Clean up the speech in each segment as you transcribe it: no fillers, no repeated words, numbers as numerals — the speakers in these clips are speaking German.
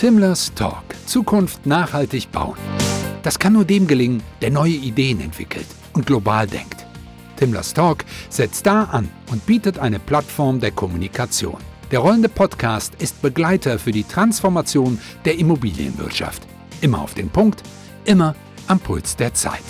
Timlers Talk. Zukunft nachhaltig bauen. Das kann nur dem gelingen, der neue Ideen entwickelt und global denkt. Timlers Talk setzt da an und bietet eine Plattform der Kommunikation. Der rollende Podcast ist Begleiter für die Transformation der Immobilienwirtschaft. Immer auf den Punkt, immer am Puls der Zeit.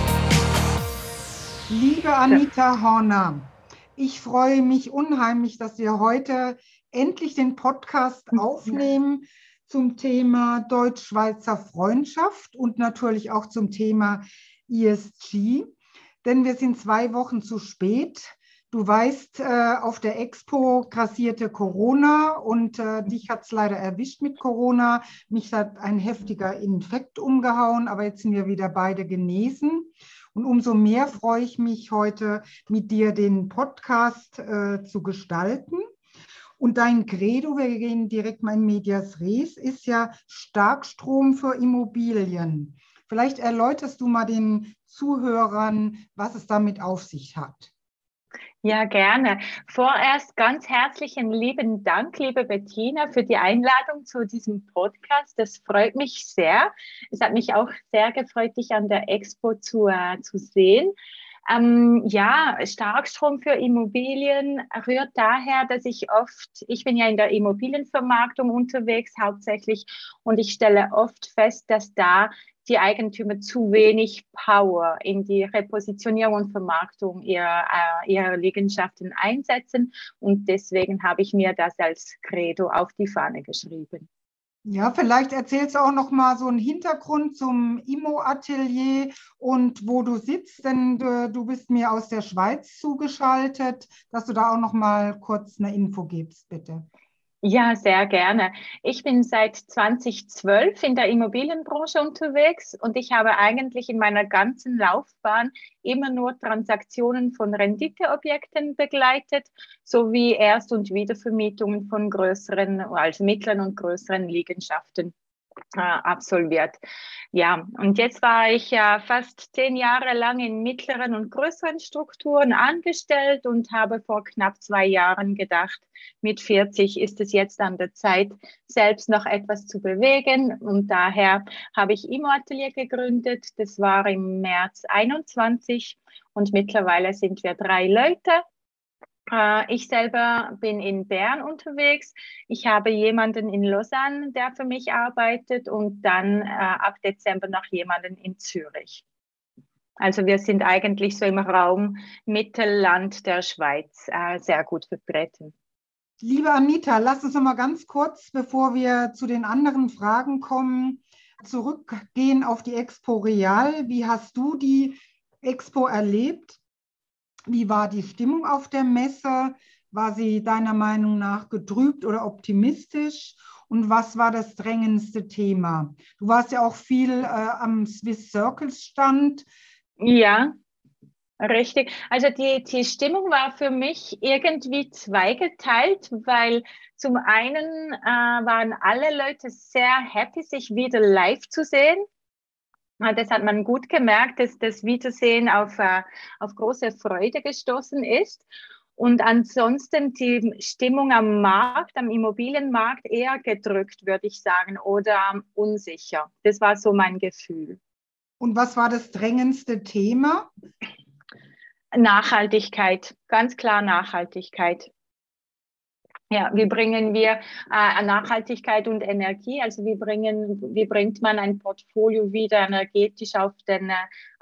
Liebe Anita Horner, ich freue mich unheimlich, dass wir heute endlich den Podcast aufnehmen zum Thema Deutsch-Schweizer Freundschaft und natürlich auch zum Thema ESG, denn wir sind 2 Wochen zu spät. Du weißt, auf der Expo grassierte Corona und dich hat es leider erwischt mit Corona. Mich hat ein heftiger Infekt umgehauen, aber jetzt sind wir wieder beide genesen. Und umso mehr freue ich mich heute, mit dir den Podcast zu gestalten. Und dein Credo, wir gehen direkt mal in Medias Res, ist ja Starkstrom für Immobilien. Vielleicht erläuterst du mal den Zuhörern, was es damit auf sich hat. Ja, gerne. Vorerst ganz herzlichen lieben Dank, liebe Bettina, für die Einladung zu diesem Podcast. Das freut mich sehr. Es hat mich auch sehr gefreut, dich an der Expo zu sehen. Ja, Starkstrom für Immobilien rührt daher, dass ich bin ja in der Immobilienvermarktung unterwegs hauptsächlich und ich stelle oft fest, dass da die Eigentümer zu wenig Power in die Repositionierung und Vermarktung ihrer Liegenschaften einsetzen. Und deswegen habe ich mir das als Credo auf die Fahne geschrieben. Ja, vielleicht erzählst du auch noch mal so einen Hintergrund zum Immo-Atelier und wo du sitzt, denn du bist mir aus der Schweiz zugeschaltet, dass du da auch noch mal kurz eine Info gibst, bitte. Ja, sehr gerne. Ich bin seit 2012 in der Immobilienbranche unterwegs und ich habe eigentlich in meiner ganzen Laufbahn immer nur Transaktionen von Renditeobjekten begleitet, sowie Erst- und Wiedervermietungen von größeren, also mittleren und größeren Liegenschaften absolviert. Ja, und jetzt war ich ja fast 10 Jahre lang in mittleren und größeren Strukturen angestellt und habe vor knapp 2 Jahren gedacht, mit 40 ist es jetzt an der Zeit, selbst noch etwas zu bewegen. Und daher habe ich Immo-Atelier gegründet. Das war im März 21 und mittlerweile sind wir 3 Leute. Ich selber bin in Bern unterwegs. Ich habe jemanden in Lausanne, der für mich arbeitet und dann ab Dezember noch jemanden in Zürich. Also wir sind eigentlich so im Raum Mittelland der Schweiz sehr gut vertreten. Liebe Anita, lass uns noch mal ganz kurz, bevor wir zu den anderen Fragen kommen, zurückgehen auf die Expo Real. Wie hast du die Expo erlebt? Wie war die Stimmung auf der Messe? War sie deiner Meinung nach getrübt oder optimistisch? Und was war das drängendste Thema? Du warst ja auch viel am Swiss Circles Stand. Ja, richtig. Also die Stimmung war für mich irgendwie zweigeteilt, weil zum einen waren alle Leute sehr happy, sich wieder live zu sehen. Das hat man gut gemerkt, dass das Wiedersehen auf große Freude gestoßen ist. Und ansonsten die Stimmung am Markt, am Immobilienmarkt eher gedrückt, würde ich sagen, oder unsicher. Das war so mein Gefühl. Und was war das drängendste Thema? Nachhaltigkeit, ganz klar Nachhaltigkeit. Ja, wie bringen wir Nachhaltigkeit und Energie? Also wie bringt man ein Portfolio wieder energetisch auf den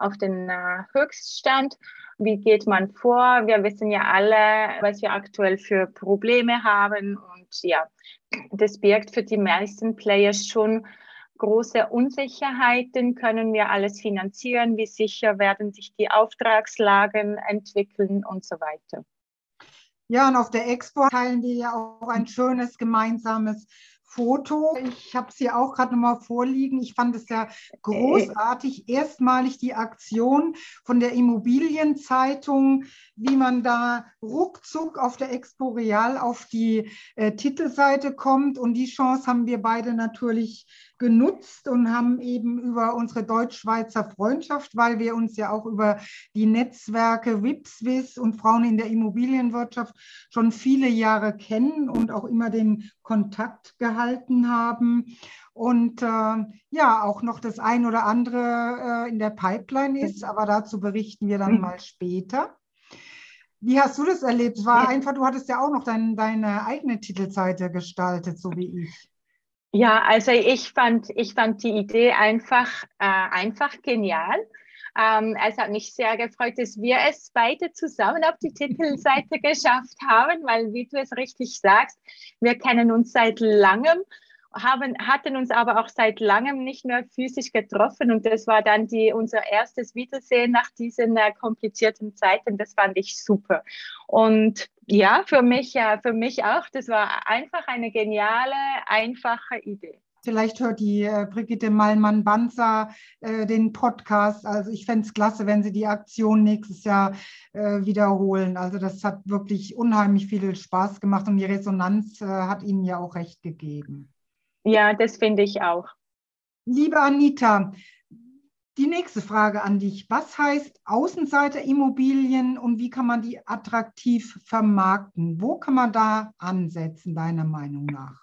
Höchststand? Wie geht man vor? Wir wissen ja alle, was wir aktuell für Probleme haben. Und ja, das birgt für die meisten Players schon große Unsicherheiten. Können wir alles finanzieren? Wie sicher werden sich die Auftragslagen entwickeln und so weiter? Ja, und auf der Expo teilen wir ja auch ein schönes gemeinsames Foto. Ich habe es hier auch gerade nochmal vorliegen. Ich fand es ja großartig, erstmalig die Aktion von der Immobilienzeitung, wie man da ruckzuck auf der Expo Real auf die Titelseite kommt. Und die Chance haben wir beide natürlich genutzt und haben eben über unsere Deutsch-Schweizer Freundschaft, weil wir uns ja auch über die Netzwerke WIPSWIS und Frauen in der Immobilienwirtschaft schon viele Jahre kennen und auch immer den Kontakt gehalten gehalten haben und ja, auch noch das ein oder andere in der Pipeline ist, aber dazu berichten wir dann mal später. Wie hast du das erlebt? Es war einfach, du hattest ja auch noch deine eigene Titelseite gestaltet, so wie ich. Ja, also ich fand die Idee einfach genial. Es hat mich sehr gefreut, dass wir es beide zusammen auf die Titelseite geschafft haben, weil, wie du es richtig sagst, wir kennen uns seit langem, hatten uns aber auch seit langem nicht mehr physisch getroffen und das war dann unser erstes Wiedersehen nach diesen komplizierten Zeiten. Das fand ich super. Und ja, für mich auch. Das war einfach eine geniale, einfache Idee. Vielleicht hört die Brigitte Mallmann-Banzer den Podcast. Also ich fände es klasse, wenn sie die Aktion nächstes Jahr wiederholen. Also das hat wirklich unheimlich viel Spaß gemacht und die Resonanz hat Ihnen ja auch recht gegeben. Ja, das finde ich auch. Liebe Anita, die nächste Frage an dich. Was heißt Außenseiterimmobilien und wie kann man die attraktiv vermarkten? Wo kann man da ansetzen, deiner Meinung nach?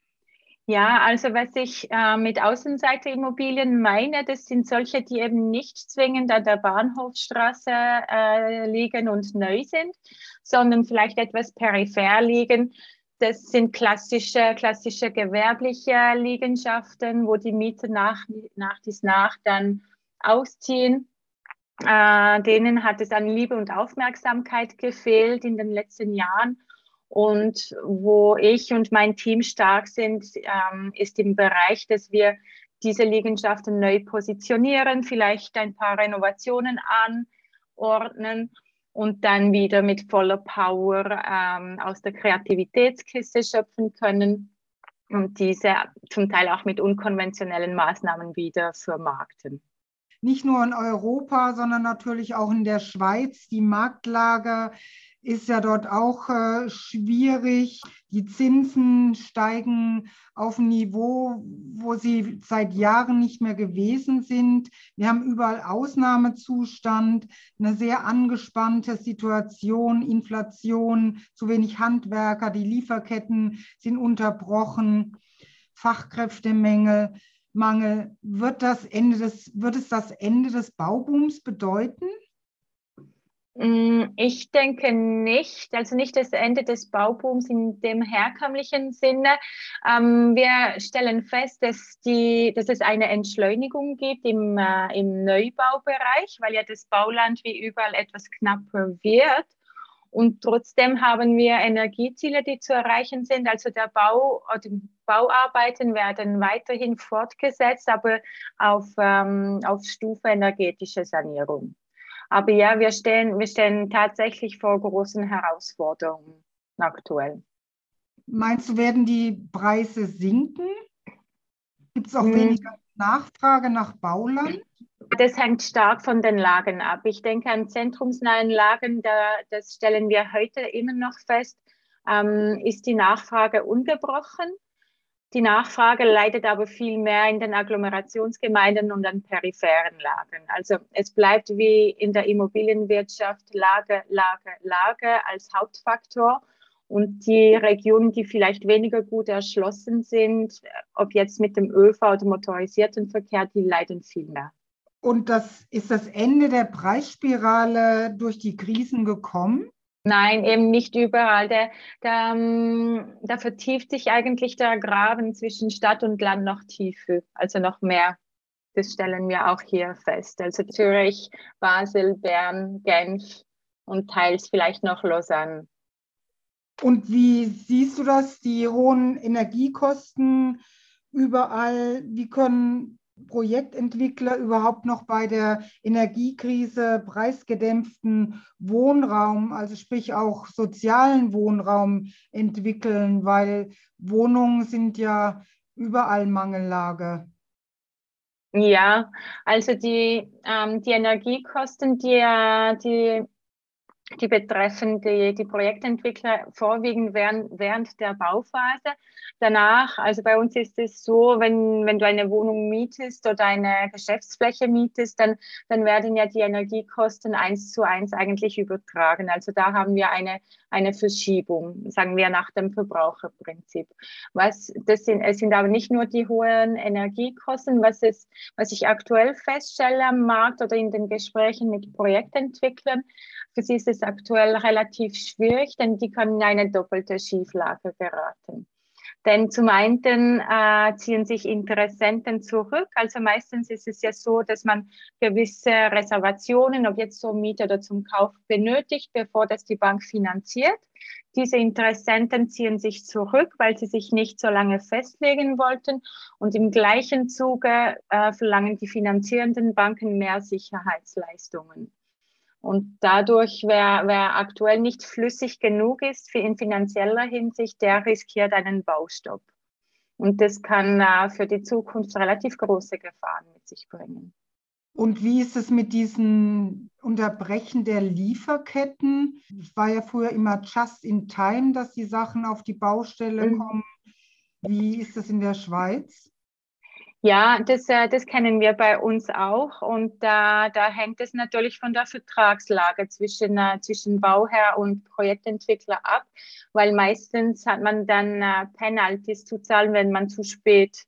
Ja, also was ich mit Außenseiterimmobilien meine, das sind solche, die eben nicht zwingend an der Bahnhofstraße liegen und neu sind, sondern vielleicht etwas peripher liegen. Das sind klassische gewerbliche Liegenschaften, wo die Mieter nach dies nach dann ausziehen. Denen hat es an Liebe und Aufmerksamkeit gefehlt in den letzten Jahren. Und wo ich und mein Team stark sind, ist im Bereich, dass wir diese Liegenschaften neu positionieren, vielleicht ein paar Renovationen anordnen und dann wieder mit voller Power aus der Kreativitätskiste schöpfen können und diese zum Teil auch mit unkonventionellen Maßnahmen wieder vermarkten. Nicht nur in Europa, sondern natürlich auch in der Schweiz. Die Marktlage ist ja dort auch schwierig. Die Zinsen steigen auf ein Niveau, wo sie seit Jahren nicht mehr gewesen sind. Wir haben überall Ausnahmezustand, eine sehr angespannte Situation, Inflation, zu wenig Handwerker, die Lieferketten sind unterbrochen, Fachkräftemängel. Wird es das Ende des Baubooms bedeuten? Ich denke nicht, also nicht das Ende des Baubooms in dem herkömmlichen Sinne. Wir stellen fest, dass es eine Entschleunigung gibt im Neubaubereich, weil ja das Bauland wie überall etwas knapper wird. Und trotzdem haben wir Energieziele, die zu erreichen sind. Also die Bauarbeiten werden weiterhin fortgesetzt, aber auf Stufe energetische Sanierung. Aber ja, wir stehen tatsächlich vor großen Herausforderungen aktuell. Meinst du, werden die Preise sinken? Gibt es auch Mm, weniger Nachfrage nach Bauland? Das hängt stark von den Lagen ab. Ich denke an zentrumsnahen Lagen, das stellen wir heute immer noch fest, ist die Nachfrage ungebrochen. Die Nachfrage leidet aber viel mehr in den Agglomerationsgemeinden und an peripheren Lagen. Also es bleibt wie in der Immobilienwirtschaft Lage, Lage, Lage als Hauptfaktor. Und die Regionen, die vielleicht weniger gut erschlossen sind, ob jetzt mit dem ÖV oder motorisierten Verkehr, die leiden viel mehr. Und ist das Ende der Preisspirale durch die Krisen gekommen? Nein, eben nicht überall. Da vertieft sich eigentlich der Graben zwischen Stadt und Land noch tiefer, also noch mehr. Das stellen wir auch hier fest. Also Zürich, Basel, Bern, Genf und teils vielleicht noch Lausanne. Und wie siehst du das, die hohen Energiekosten überall? Wie können Projektentwickler überhaupt noch bei der Energiekrise preisgedämpften Wohnraum, also sprich auch sozialen Wohnraum entwickeln, weil Wohnungen sind ja überall Mangellage. Ja, also die Energiekosten, die Die betreffen die Projektentwickler vorwiegend während der Bauphase. Danach, also bei uns ist es so, wenn du eine Wohnung mietest oder eine Geschäftsfläche mietest, dann werden ja die Energiekosten 1:1 eigentlich übertragen. Also da haben wir eine Verschiebung, sagen wir nach dem Verbraucherprinzip. Es sind aber nicht nur die hohen Energiekosten, was ich aktuell feststelle am Markt oder in den Gesprächen mit Projektentwicklern. Für sie ist es aktuell relativ schwierig, denn die können in eine doppelte Schieflage geraten. Denn zum einen ziehen sich Interessenten zurück. Also meistens ist es ja so, dass man gewisse Reservationen, ob jetzt zur Miete oder zum Kauf, benötigt, bevor das die Bank finanziert. Diese Interessenten ziehen sich zurück, weil sie sich nicht so lange festlegen wollten. Und im gleichen Zuge verlangen die finanzierenden Banken mehr Sicherheitsleistungen. Und dadurch, wer aktuell nicht flüssig genug ist in finanzieller Hinsicht, der riskiert einen Baustopp. Und das kann für die Zukunft relativ große Gefahren mit sich bringen. Und wie ist es mit diesen Unterbrechen der Lieferketten? Es war ja früher immer just in time, dass die Sachen auf die Baustelle kommen. Wie ist das in der Schweiz? Ja, das kennen wir bei uns auch. Und da hängt es natürlich von der Vertragslage zwischen Bauherr und Projektentwickler ab, weil meistens hat man dann Penalties zu zahlen, wenn man zu spät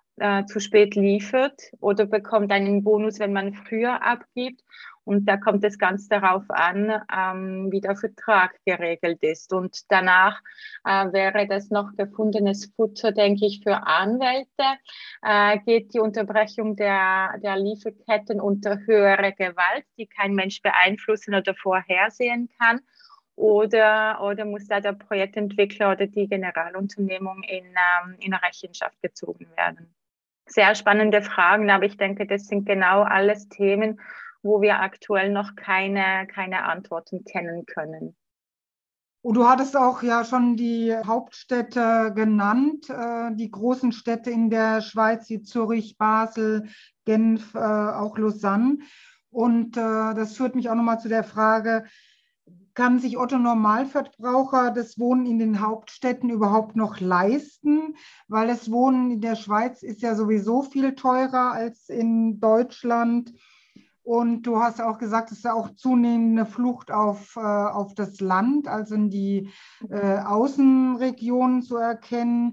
liefert oder bekommt einen Bonus, wenn man früher abgibt. Und da kommt es ganz darauf an, wie der Vertrag geregelt ist. Und danach wäre das noch gefundenes Futter, denke ich, für Anwälte. Geht die Unterbrechung der Lieferketten unter höhere Gewalt, die kein Mensch beeinflussen oder vorhersehen kann? Oder muss da der Projektentwickler oder die Generalunternehmung in Rechenschaft gezogen werden? Sehr spannende Fragen, aber ich denke, das sind genau alles Themen, wo wir aktuell noch keine Antworten kennen können. Und du hattest auch ja schon die Hauptstädte genannt, die großen Städte in der Schweiz, wie Zürich, Basel, Genf, auch Lausanne. Und das führt mich auch nochmal zu der Frage, kann sich Otto Normalverbraucher das Wohnen in den Hauptstädten überhaupt noch leisten? Weil das Wohnen in der Schweiz ist ja sowieso viel teurer als in Deutschland. Und du hast auch gesagt, es ist ja auch zunehmend eine Flucht auf das Land, also in die Außenregionen zu erkennen.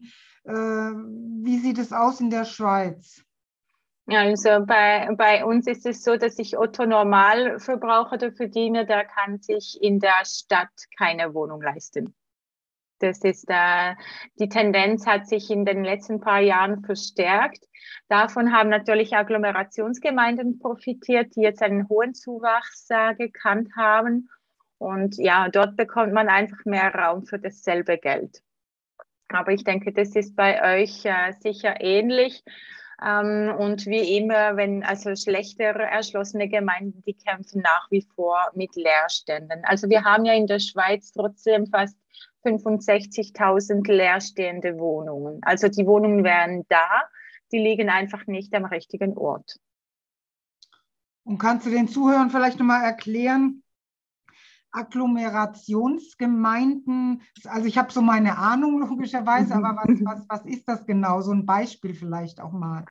Wie sieht es aus in der Schweiz? Also bei uns ist es so, dass sich Otto Normalverbraucher der Verdiener, der kann sich in der Stadt keine Wohnung leisten. Das ist die Tendenz hat sich in den letzten paar Jahren verstärkt. Davon haben natürlich Agglomerationsgemeinden profitiert, die jetzt einen hohen Zuwachs gekannt haben. Und ja, dort bekommt man einfach mehr Raum für dasselbe Geld. Aber ich denke, das ist bei euch sicher ähnlich. Und wie immer, also schlechter erschlossene Gemeinden, die kämpfen nach wie vor mit Leerständen. Also wir haben ja in der Schweiz trotzdem fast 65.000 leerstehende Wohnungen. Also die Wohnungen wären da, die liegen einfach nicht am richtigen Ort. Und kannst du den Zuhörern vielleicht nochmal erklären, Agglomerationsgemeinden, also ich habe so meine Ahnung logischerweise, aber was ist das genau? So ein Beispiel vielleicht auch mal.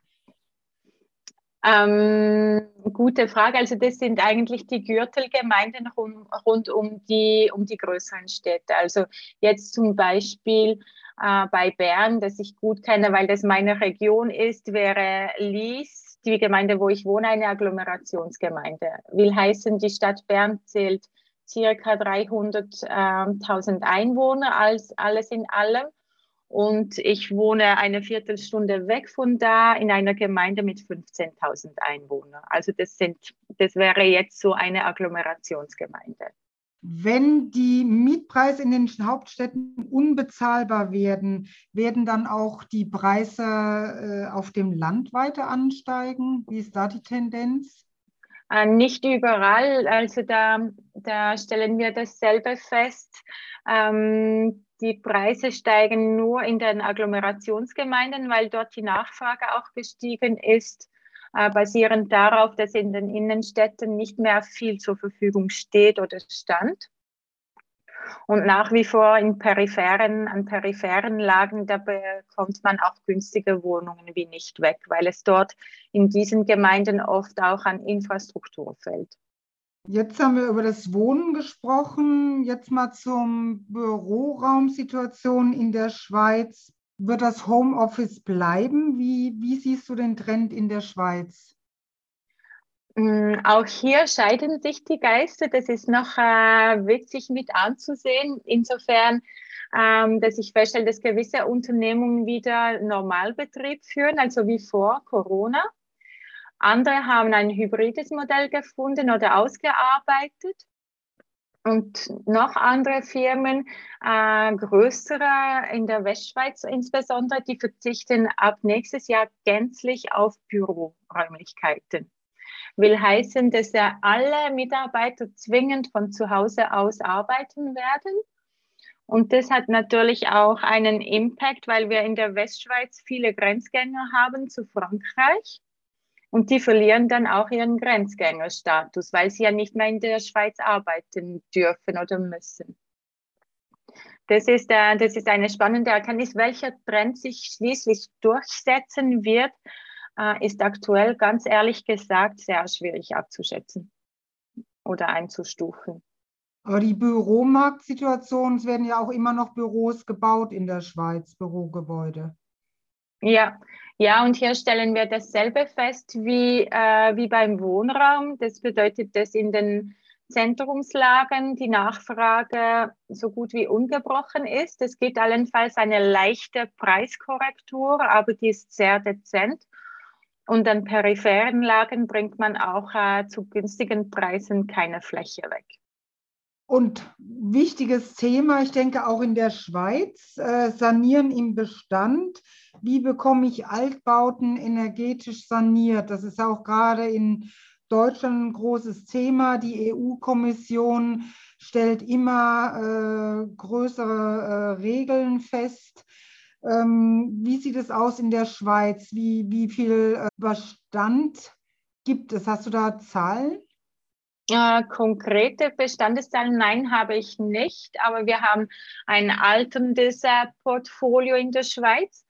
Gute Frage. Also das sind eigentlich die Gürtelgemeinden rund um die größeren Städte. Also jetzt zum Beispiel bei Bern, das ich gut kenne, weil das meine Region ist, wäre Lyss, die Gemeinde, wo ich wohne, eine Agglomerationsgemeinde. Will heißen, die Stadt Bern zählt circa 300.000 Einwohner alles in allem. Und ich wohne eine Viertelstunde weg von da in einer Gemeinde mit 15.000 Einwohnern. Also das wäre jetzt so eine Agglomerationsgemeinde. Wenn die Mietpreise in den Hauptstädten unbezahlbar werden, werden dann auch die Preise auf dem Land weiter ansteigen? Wie ist da die Tendenz? Nicht überall. Also da stellen wir dasselbe fest. Die Preise steigen nur in den Agglomerationsgemeinden, weil dort die Nachfrage auch gestiegen ist, basierend darauf, dass in den Innenstädten nicht mehr viel zur Verfügung steht oder stand. Und nach wie vor an peripheren Lagen, da bekommt man auch günstige Wohnungen wie nicht weg, weil es dort in diesen Gemeinden oft auch an Infrastruktur fehlt. Jetzt haben wir über das Wohnen gesprochen. Jetzt mal zum Büroraumsituation in der Schweiz. Wird das Homeoffice bleiben? Wie siehst du den Trend in der Schweiz? Auch hier scheiden sich die Geister. Das ist noch witzig mit anzusehen. Insofern, dass ich feststelle, dass gewisse Unternehmungen wieder Normalbetrieb führen, also wie vor Corona. Andere haben ein hybrides Modell gefunden oder ausgearbeitet. Und noch andere Firmen, größere in der Westschweiz insbesondere, die verzichten ab nächstes Jahr gänzlich auf Büroräumlichkeiten. Will heißen, dass ja alle Mitarbeiter zwingend von zu Hause aus arbeiten werden. Und das hat natürlich auch einen Impact, weil wir in der Westschweiz viele Grenzgänger haben zu Frankreich. Und die verlieren dann auch ihren Grenzgängerstatus, weil sie ja nicht mehr in der Schweiz arbeiten dürfen oder müssen. Das ist eine spannende Erkenntnis. Welcher Trend sich schließlich durchsetzen wird, ist aktuell ganz ehrlich gesagt sehr schwierig abzuschätzen oder einzustufen. Aber die Büromarktsituation, es werden ja auch immer noch Büros gebaut in der Schweiz, Bürogebäude. Ja, ja, und hier stellen wir dasselbe fest wie beim Wohnraum. Das bedeutet, dass in den Zentrumslagen die Nachfrage so gut wie ungebrochen ist. Es gibt allenfalls eine leichte Preiskorrektur, aber die ist sehr dezent. Und an peripheren Lagen bringt man auch zu günstigen Preisen keine Fläche weg. Und wichtiges Thema, ich denke auch in der Schweiz, Sanieren im Bestand. Wie bekomme ich Altbauten energetisch saniert? Das ist auch gerade in Deutschland ein großes Thema. Die EU-Kommission stellt immer größere Regeln fest. Wie sieht es aus in der Schweiz? Wie viel Bestand gibt es? Hast du da Zahlen? Konkrete Bestandeszahlen, nein, habe ich nicht, aber wir haben ein alterndes Portfolio in der Schweiz,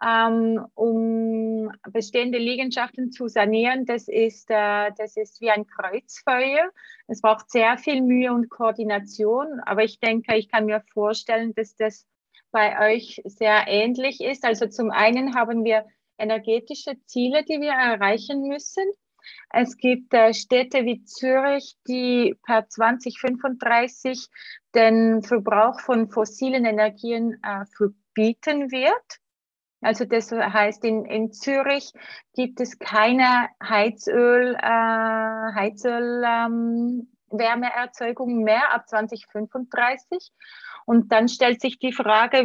um bestehende Liegenschaften zu sanieren. Das ist wie ein Kreuzfeuer. Es braucht sehr viel Mühe und Koordination, aber ich denke, ich kann mir vorstellen, dass das bei euch sehr ähnlich ist. Also zum einen haben wir energetische Ziele, die wir erreichen müssen. Es gibt Städte wie Zürich, die per 2035 den Verbrauch von fossilen Energien verbieten wird. Also das heißt, in Zürich gibt es keine Wärmeerzeugung mehr ab 2035. Und dann stellt sich die Frage,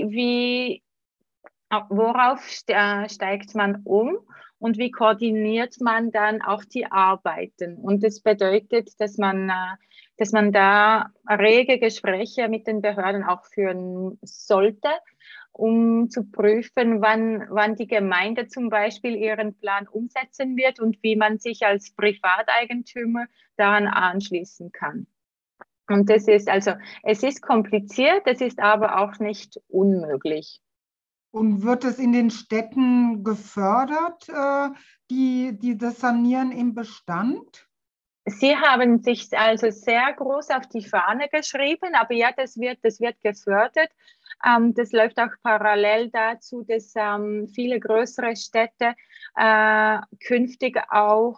worauf steigt man um und wie koordiniert man dann auch die Arbeiten? Und das bedeutet, dass man da rege Gespräche mit den Behörden auch führen sollte, um zu prüfen, wann die Gemeinde zum Beispiel ihren Plan umsetzen wird und wie man sich als Privateigentümer daran anschließen kann. Und es ist kompliziert, es ist aber auch nicht unmöglich. Und wird es in den Städten gefördert, das Sanieren im Bestand? Sie haben sich also sehr groß auf die Fahne geschrieben, aber ja, das wird gefördert. Das läuft auch parallel dazu, dass viele größere Städte künftig auch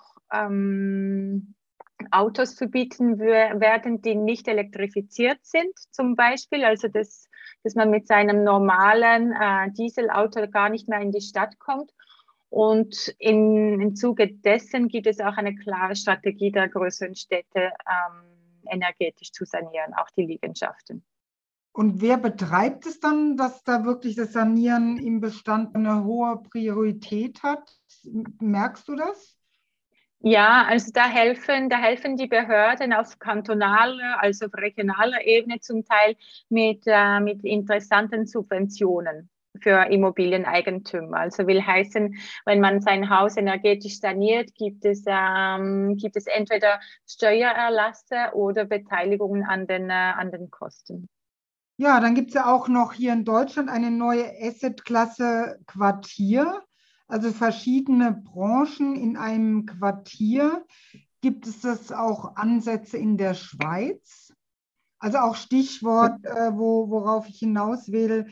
Autos verbieten werden, die nicht elektrifiziert sind, zum Beispiel. Also dass man mit seinem normalen Dieselauto gar nicht mehr in die Stadt kommt. Und im Zuge dessen gibt es auch eine klare Strategie der größeren Städte, energetisch zu sanieren, auch die Liegenschaften. Und wer betreibt es dann, dass da wirklich das Sanieren im Bestand eine hohe Priorität hat? Merkst du das? Ja, also da helfen die Behörden auf kantonaler, also auf regionaler Ebene zum Teil mit interessanten Subventionen. für Immobilieneigentümer. Also will heißen, wenn man sein Haus energetisch saniert, gibt es entweder Steuererlasse oder Beteiligungen an den Kosten. Ja, dann gibt es ja auch noch hier in Deutschland eine neue Assetklasse Quartier, also verschiedene Branchen in einem Quartier. Gibt es das auch Ansätze in der Schweiz? Also auch Stichwort, worauf ich hinaus will,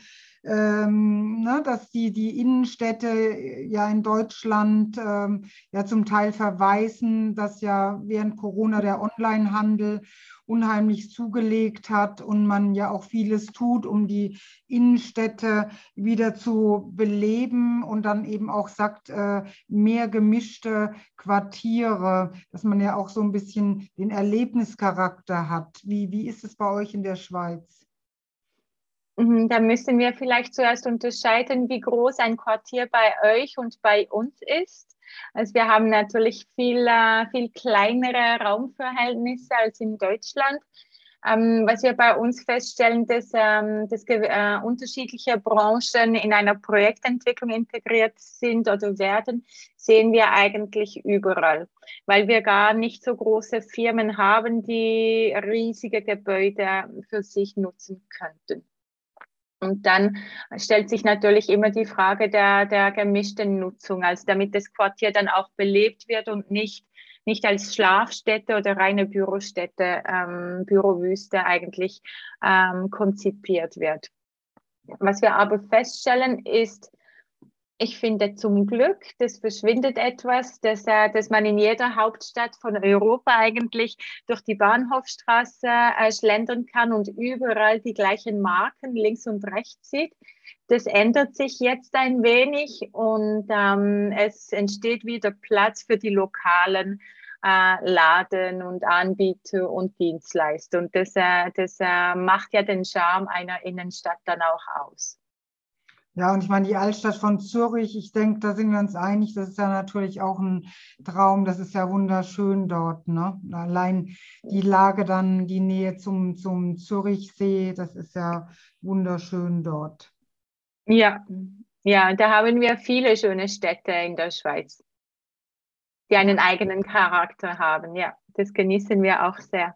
ne, dass die Innenstädte ja in Deutschland ja zum Teil verweisen, dass ja während Corona der Onlinehandel unheimlich zugelegt hat und man ja auch vieles tut, um die Innenstädte wieder zu beleben und dann eben auch sagt, mehr gemischte Quartiere, dass man ja auch so ein bisschen den Erlebnischarakter hat. Wie ist es bei euch in der Schweiz? Da müssen wir vielleicht zuerst unterscheiden, wie groß ein Quartier bei euch und bei uns ist. Also wir haben natürlich viel kleinere Raumverhältnisse als in Deutschland. Was wir bei uns feststellen, dass unterschiedliche Branchen in einer Projektentwicklung integriert sind oder werden, sehen wir eigentlich überall, weil wir gar nicht so große Firmen haben, die riesige Gebäude für sich nutzen könnten. Und dann stellt sich natürlich immer die Frage der gemischten Nutzung, also damit das Quartier dann auch belebt wird und nicht als Schlafstätte oder reine Bürostätte, Bürowüste eigentlich konzipiert wird. Was wir aber feststellen ist, ich finde zum Glück, das verschwindet etwas, dass man in jeder Hauptstadt von Europa eigentlich durch die Bahnhofstraße schlendern kann und überall die gleichen Marken links und rechts sieht. Das ändert sich jetzt ein wenig und es entsteht wieder Platz für die lokalen Laden und Anbieter und Dienstleister. Und das macht ja den Charme einer Innenstadt dann auch aus. Ja, und ich meine, die Altstadt von Zürich, ich denke, da sind wir uns einig, das ist ja natürlich auch ein Traum, das ist ja wunderschön dort, ne? Allein die Lage dann, die Nähe zum Zürichsee, das ist ja wunderschön dort. Ja, ja, da haben wir viele schöne Städte in der Schweiz, die einen eigenen Charakter haben. Ja, das genießen wir auch sehr.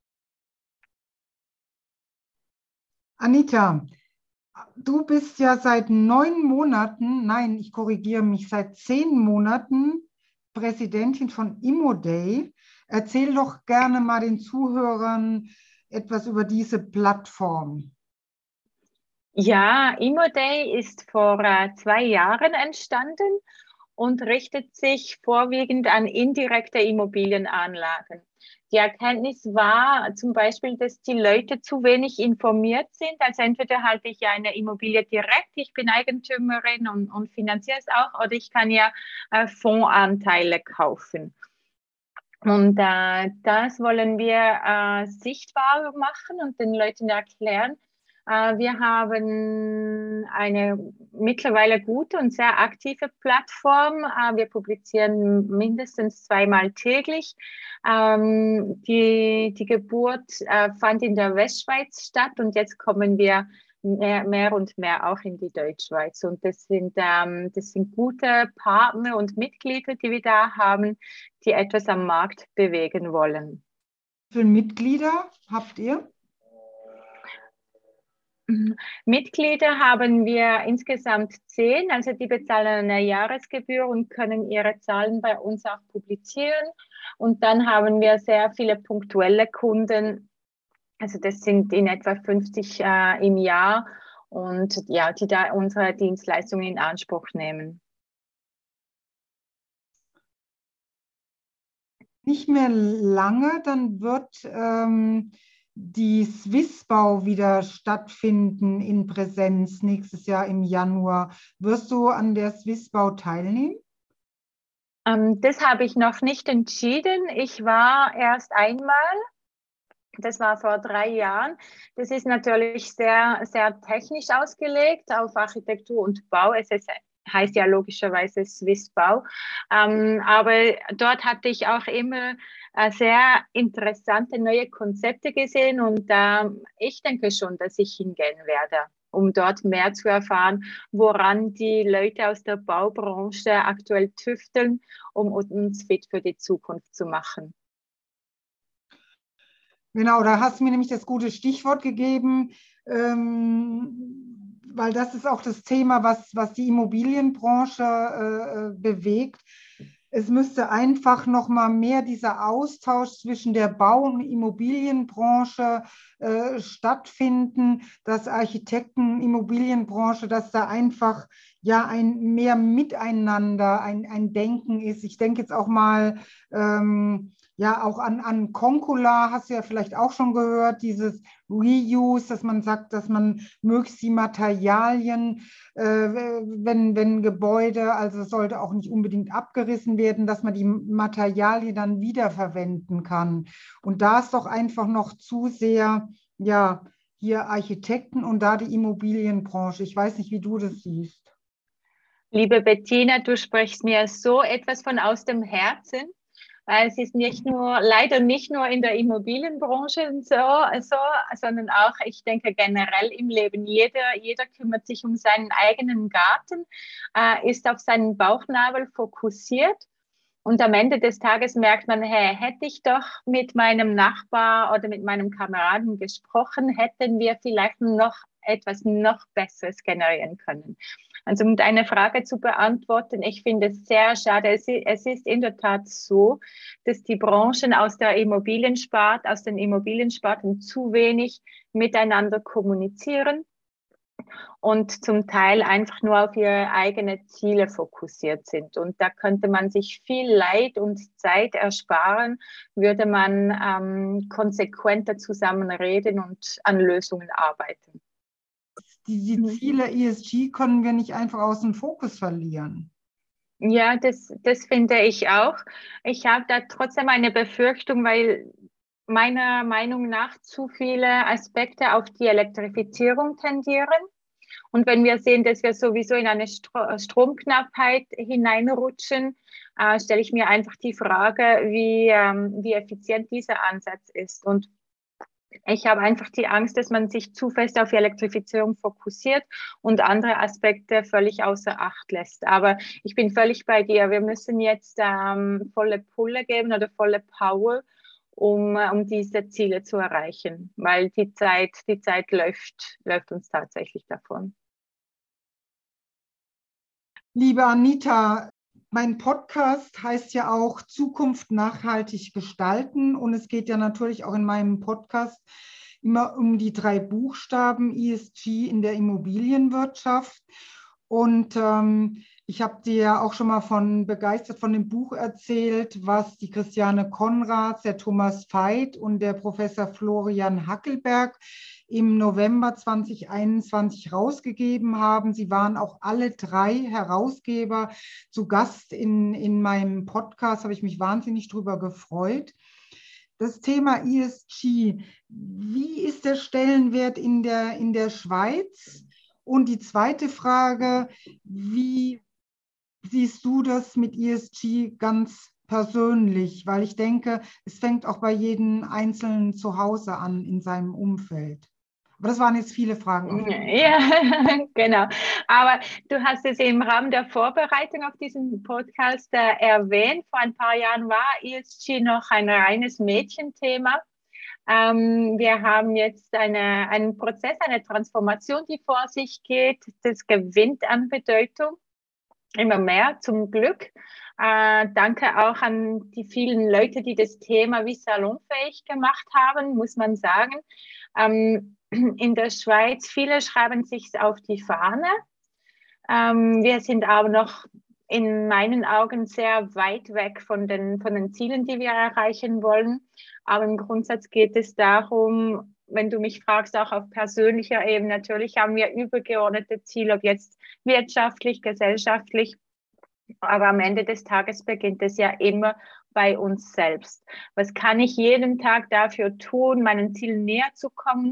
Anita, du bist ja seit 9 Monaten, nein, ich korrigiere mich, seit 10 Monaten Präsidentin von Immoday. Erzähl doch gerne mal den Zuhörern etwas über diese Plattform. Ja, Immoday ist vor 2 Jahren entstanden und richtet sich vorwiegend an indirekte Immobilienanlagen. Die Erkenntnis war zum Beispiel, dass die Leute zu wenig informiert sind. Also entweder halte ich ja eine Immobilie direkt, ich bin Eigentümerin und finanziere es auch, oder ich kann ja Fondsanteile kaufen. Und das wollen wir sichtbar machen und den Leuten erklären. Wir haben eine mittlerweile gute und sehr aktive Plattform. Wir publizieren mindestens 2-mal täglich. Die Geburt fand in der Westschweiz statt und jetzt kommen wir mehr und mehr auch in die Deutschschweiz. Und das sind gute Partner und Mitglieder, die wir da haben, die etwas am Markt bewegen wollen. Wie viele Mitglieder habt ihr? Mitglieder haben wir insgesamt 10, also die bezahlen eine Jahresgebühr und können ihre Zahlen bei uns auch publizieren. Und dann haben wir sehr viele punktuelle Kunden, also das sind in etwa 50 im Jahr und ja, die da unsere Dienstleistungen in Anspruch nehmen. Nicht mehr lange, dann wird die Swissbau wieder stattfinden in Präsenz nächstes Jahr im Januar. Wirst du an der Swissbau teilnehmen? Das habe ich noch nicht entschieden. Ich war erst einmal. Das war vor 3 Jahren. Das ist natürlich sehr, sehr technisch ausgelegt auf Architektur und Bau. Heißt ja logischerweise Swissbau. Aber dort hatte ich auch immer sehr interessante neue Konzepte gesehen und ich denke schon, dass ich hingehen werde. um dort mehr zu erfahren, woran die Leute aus der Baubranche aktuell tüfteln, um uns fit für die Zukunft zu machen. Genau, da hast du mir nämlich das gute Stichwort gegeben, weil das ist auch das Thema, was die Immobilienbranche bewegt. Es müsste einfach noch mal mehr dieser Austausch zwischen der Bau- und Immobilienbranche stattfinden, dass Architekten, Immobilienbranche, dass da einfach ja ein mehr Miteinander, ein Denken ist. Ich denke jetzt auch mal ja auch an Concula, hast du ja vielleicht auch schon gehört, dieses Reuse, dass man sagt, dass man möglichst die Materialien, wenn Gebäude, also es sollte auch nicht unbedingt abgerissen werden, dass man die Materialien dann wiederverwenden kann. Und da ist doch einfach noch zu sehr, ja, hier Architekten und da die Immobilienbranche. Ich weiß nicht, wie du das siehst. Liebe Bettina, du sprichst mir so etwas von aus dem Herzen. Weil es ist leider nicht nur in der Immobilienbranche so, sondern auch, ich denke, generell im Leben. Jeder kümmert sich um seinen eigenen Garten, ist auf seinen Bauchnabel fokussiert. Und am Ende des Tages merkt man, hey, hätte ich doch mit meinem Nachbar oder mit meinem Kameraden gesprochen, hätten wir vielleicht noch etwas noch Besseres generieren können. Also um deine Frage zu beantworten, ich finde es sehr schade. Es ist in der Tat so, dass die Branchen aus den Immobiliensparten zu wenig miteinander kommunizieren und zum Teil einfach nur auf ihre eigenen Ziele fokussiert sind. Und da könnte man sich viel Leid und Zeit ersparen, würde man konsequenter zusammenreden und an Lösungen arbeiten. Die Ziele ESG können wir nicht einfach aus dem Fokus verlieren. Ja, das finde ich auch. Ich habe da trotzdem eine Befürchtung, weil meiner Meinung nach zu viele Aspekte auf die Elektrifizierung tendieren. Und wenn wir sehen, dass wir sowieso in eine Stromknappheit hineinrutschen, stelle ich mir einfach die Frage, wie effizient dieser Ansatz ist. Und ich habe einfach die Angst, dass man sich zu fest auf die Elektrifizierung fokussiert und andere Aspekte völlig außer Acht lässt. Aber ich bin völlig bei dir. Wir müssen jetzt volle Pulle geben oder volle Power, um diese Ziele zu erreichen, weil die Zeit läuft uns tatsächlich davon. Liebe Anita, mein Podcast heißt ja auch Zukunft nachhaltig gestalten und es geht ja natürlich auch in meinem Podcast immer um die 3 Buchstaben ESG in der Immobilienwirtschaft. Und ich habe dir ja auch schon mal begeistert von dem Buch erzählt, was die Christiane Konrads, der Thomas Veit und der Professor Florian Hackelberg im November 2021 rausgegeben haben. Sie waren auch alle 3 Herausgeber zu Gast in meinem Podcast, habe ich mich wahnsinnig drüber gefreut. Das Thema ESG, wie ist der Stellenwert in der Schweiz? Und die zweite Frage, wie siehst du das mit ESG ganz persönlich? Weil ich denke, es fängt auch bei jedem Einzelnen zu Hause an in seinem Umfeld. Aber das waren jetzt viele Fragen. Ja, genau. Aber du hast es im Rahmen der Vorbereitung auf diesen Podcast erwähnt. Vor ein paar Jahren war ESG noch ein reines Mädchenthema. Wir haben jetzt einen Prozess, eine Transformation, die vor sich geht. Das gewinnt an Bedeutung. Immer mehr, zum Glück. Danke auch an die vielen Leute, die das Thema wie salonfähig gemacht haben, muss man sagen. In der Schweiz, viele schreiben sich auf die Fahne. Wir sind aber noch in meinen Augen sehr weit weg von den Zielen, die wir erreichen wollen. Aber im Grundsatz geht es darum, wenn du mich fragst, auch auf persönlicher Ebene, natürlich haben wir übergeordnete Ziele, ob jetzt wirtschaftlich, gesellschaftlich. Aber am Ende des Tages beginnt es ja immer bei uns selbst. Was kann ich jeden Tag dafür tun, meinen Zielen näher zu kommen?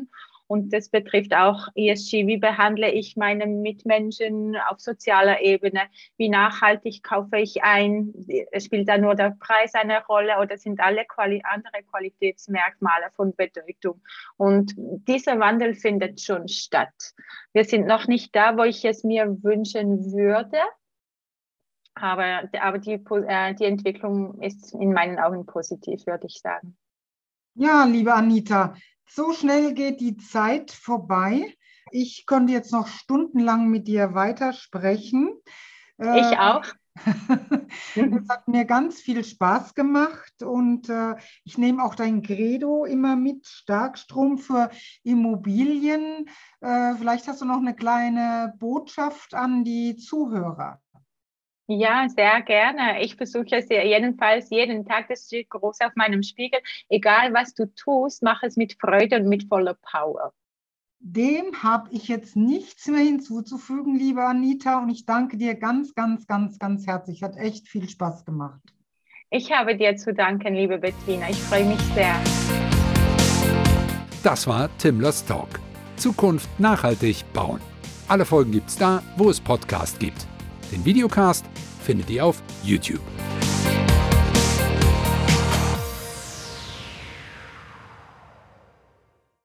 Und das betrifft auch ESG. Wie behandle ich meine Mitmenschen auf sozialer Ebene? Wie nachhaltig kaufe ich ein? Spielt da nur der Preis eine Rolle oder sind alle andere Qualitätsmerkmale von Bedeutung? Und dieser Wandel findet schon statt. Wir sind noch nicht da, wo ich es mir wünschen würde. Aber die Entwicklung ist in meinen Augen positiv, würde ich sagen. Ja, liebe Anita, so schnell geht die Zeit vorbei. Ich konnte jetzt noch stundenlang mit dir weitersprechen. Ich auch. Es hat mir ganz viel Spaß gemacht und ich nehme auch dein Credo immer mit, Starkstrom für Immobilien. Vielleicht hast du noch eine kleine Botschaft an die Zuhörer. Ja, sehr gerne. Ich versuche es jedenfalls jeden Tag, das steht groß auf meinem Spiegel. Egal, was du tust, mach es mit Freude und mit voller Power. Dem habe ich jetzt nichts mehr hinzuzufügen, liebe Anita, und ich danke dir ganz, ganz, ganz, ganz herzlich. Hat echt viel Spaß gemacht. Ich habe dir zu danken, liebe Bettina. Ich freue mich sehr. Das war Timlers Talk. Zukunft nachhaltig bauen. Alle Folgen gibt's da, wo es Podcasts gibt. Den Videocast findet ihr auf YouTube.